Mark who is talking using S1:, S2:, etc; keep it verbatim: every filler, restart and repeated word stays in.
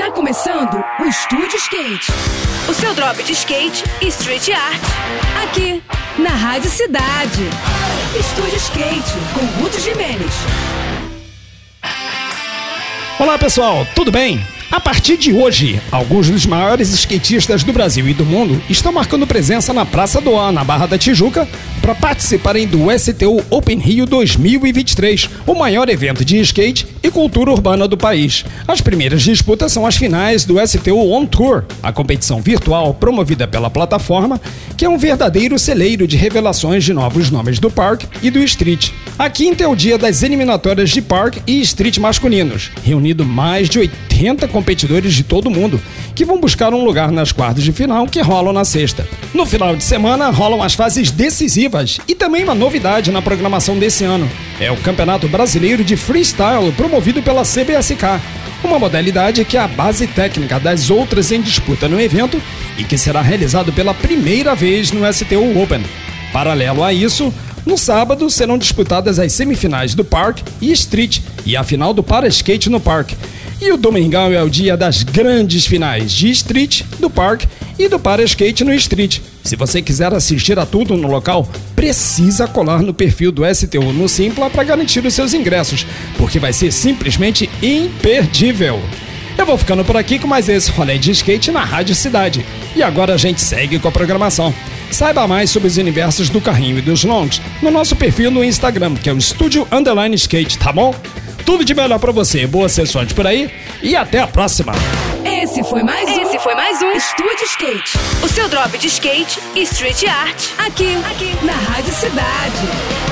S1: Tá começando o Estúdio Skate.
S2: O seu drop de skate e street art.
S1: Aqui, na Rádio Cidade. Estúdio Skate, com Ruth Jimenez.
S3: Olá pessoal, tudo bem? A partir de hoje, alguns dos maiores skatistas do Brasil e do mundo estão marcando presença na Praça do Ó, na Barra da Tijuca, para participarem do S T U Open Rio dois mil e vinte e três, o maior evento de skate e cultura urbana do país. As primeiras disputas são as finais do S T U On Tour, a competição virtual promovida pela plataforma, que é um verdadeiro celeiro de revelações de novos nomes do park e do street. A quinta é o dia das eliminatórias de park e street masculinos, reunindo mais de oitenta competidores de todo o mundo, que vão buscar um lugar nas quartas de final que rolam na sexta. No final de semana rolam as fases decisivas e também uma novidade na programação desse ano. É o Campeonato Brasileiro de Freestyle promovido pela C B S K, uma modalidade que é a base técnica das outras em disputa no evento e que será realizado pela primeira vez no S T U Open. Paralelo a isso, no sábado serão disputadas as semifinais do Park e Street e a final do Para Skate no Park. E o domingão é o dia das grandes finais de Street, do Park e do Para Skate no Street. Se você quiser assistir a tudo no local, precisa colar no perfil do S T U no Simpla para garantir os seus ingressos, porque vai ser simplesmente imperdível. Eu vou ficando por aqui com mais esse rolê de skate na Rádio Cidade. E agora a gente segue com a programação. Saiba mais sobre os universos do carrinho e dos longs no nosso perfil no Instagram, que é o Estúdio Underline Skate, tá bom? Tudo de melhor pra você, boas sessões por aí e até a próxima!
S1: Esse foi mais um.
S2: Esse foi mais um
S1: Estúdio Skate.
S2: O seu drop de skate e street art.
S1: Aqui, aqui, na Rádio Cidade.